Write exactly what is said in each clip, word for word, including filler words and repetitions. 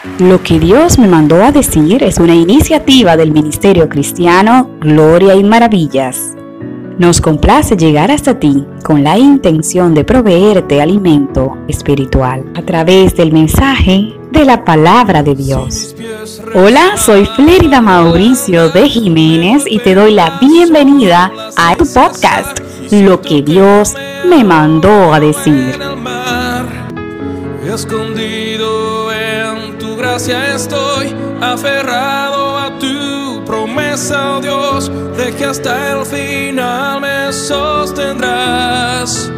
Lo que Dios me mandó a decir es una iniciativa del Ministerio Cristiano Gloria y Maravillas. Nos complace llegar hasta ti con la intención de proveerte alimento espiritual a través del mensaje de la palabra de Dios. Hola, soy Flérida Mauricio de Jiménez y te doy la bienvenida a tu podcast, Lo que Dios me mandó a decir. Escondido en tu gracia estoy, aferrado a tu promesa, oh Dios, de que hasta el final me sostendrás.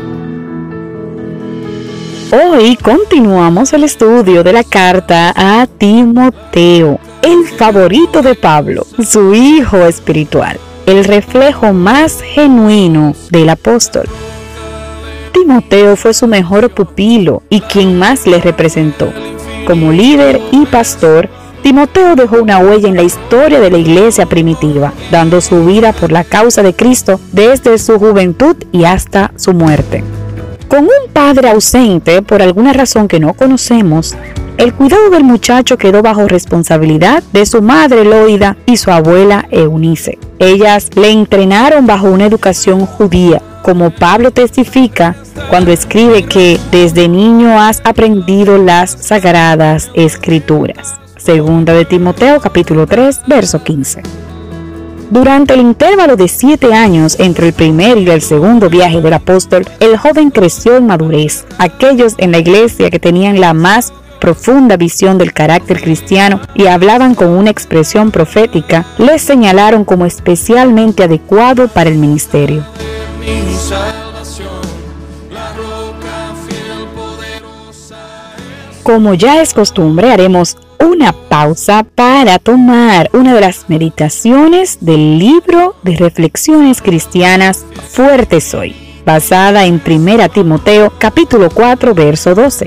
Hoy continuamos el estudio de la carta a Timoteo, el favorito de Pablo, su hijo espiritual, el reflejo más genuino del apóstol. Timoteo fue su mejor pupilo y quien más le representó. Como líder y pastor, Timoteo dejó una huella en la historia de la iglesia primitiva, dando su vida por la causa de Cristo desde su juventud y hasta su muerte. Con un padre ausente por alguna razón que no conocemos, el cuidado del muchacho quedó bajo responsabilidad de su madre Loida y su abuela Eunice. Ellas le entrenaron bajo una educación judía, como Pablo testifica cuando escribe que desde niño has aprendido las sagradas escrituras. Segunda de Timoteo capítulo tres, verso quince. Durante el intervalo de siete años entre el primer y el segundo viaje del apóstol, el joven creció en madurez. Aquellos en la iglesia que tenían la más profunda visión del carácter cristiano y hablaban con una expresión profética, les señalaron como especialmente adecuado para el ministerio. Como ya es costumbre, haremos una pausa para tomar una de las meditaciones del libro de reflexiones cristianas Fuerte Soy, basada en Primera Timoteo capítulo cuatro, verso doce.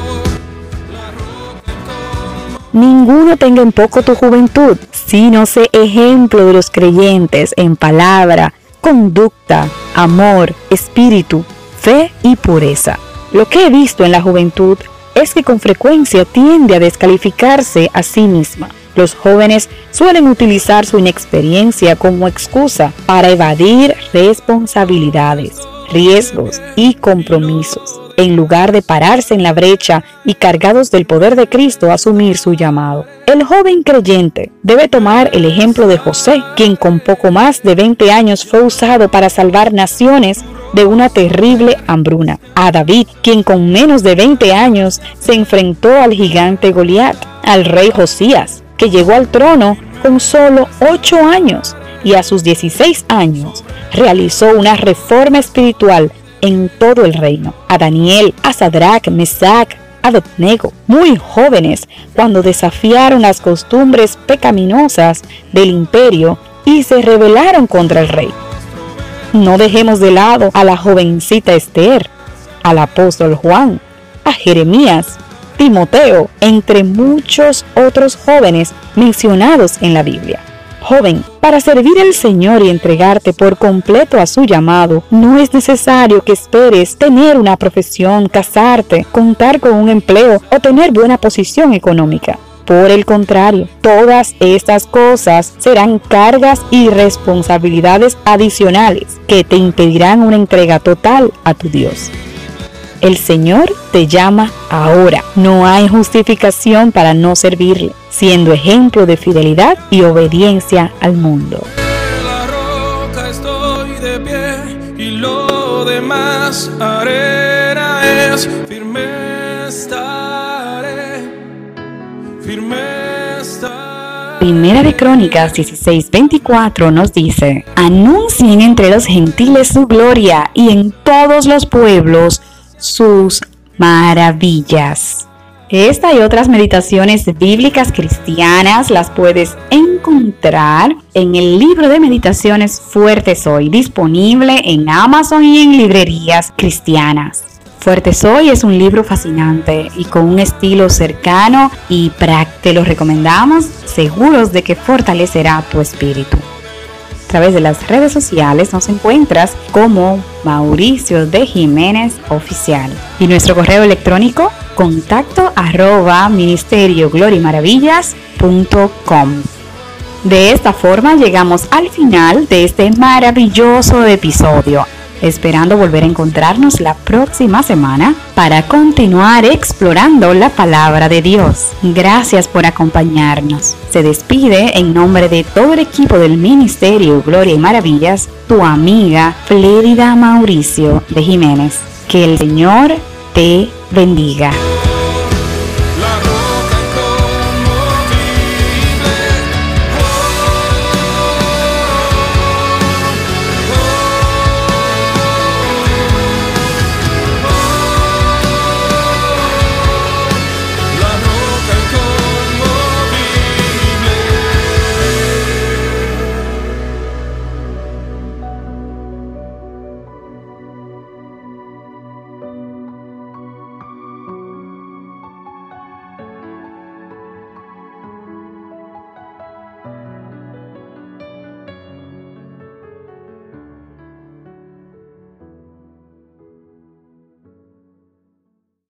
Ninguno tenga en poco tu juventud, sino sé ejemplo de los creyentes en palabra, conducta, amor, espíritu, fe y pureza. Lo que he visto en la juventud es que con frecuencia tiende a descalificarse a sí misma. Los jóvenes suelen utilizar su inexperiencia como excusa para evadir responsabilidades, riesgos y compromisos, en lugar de pararse en la brecha y cargados del poder de Cristo asumir su llamado. El joven creyente debe tomar el ejemplo de José, quien con poco más de veinte años fue usado para salvar naciones de una terrible hambruna. A David, quien con menos de veinte años se enfrentó al gigante Goliat. Al rey Josías, que llegó al trono con solo ocho años y a sus dieciséis años realizó una reforma espiritual en todo el reino. A Daniel, a Sadrach, Mesac, a Abednego, muy jóvenes, cuando desafiaron las costumbres pecaminosas del imperio y se rebelaron contra el rey. No dejemos de lado a la jovencita Esther, al apóstol Juan, a Jeremías, Timoteo, entre muchos otros jóvenes mencionados en la Biblia. Joven, para servir al Señor y entregarte por completo a su llamado, no es necesario que esperes tener una profesión, casarte, contar con un empleo o tener buena posición económica. Por el contrario, todas estas cosas serán cargas y responsabilidades adicionales que te impedirán una entrega total a tu Dios. El Señor te llama ahora. No hay justificación para no servirle, siendo ejemplo de fidelidad y obediencia al mundo. La roca estoy de pie y lo demás arena es. Firme estaré, firme estaré. Primera de Crónicas dieciséis veinticuatro nos dice: anuncien entre los gentiles su gloria y en todos los pueblos sus maravillas. Esta y otras meditaciones bíblicas cristianas las puedes encontrar en el libro de meditaciones Fuerte Soy, disponible en Amazon y en librerías cristianas. Fuerte Soy es un libro fascinante y con un estilo cercano y práctico. Te lo recomendamos, seguros de que fortalecerá tu espíritu. A través de las redes sociales nos encuentras como Mauricio de Jiménez Oficial y nuestro correo electrónico contacto arroba ministerio gloria y maravillas punto com. De esta forma llegamos al final de este maravilloso episodio, esperando volver a encontrarnos la próxima semana para continuar explorando la palabra de Dios. Gracias por acompañarnos. Se despide en nombre de todo el equipo del Ministerio Gloria y Maravillas, tu amiga Flérida Mauricio de Jiménez. Que el Señor te bendiga.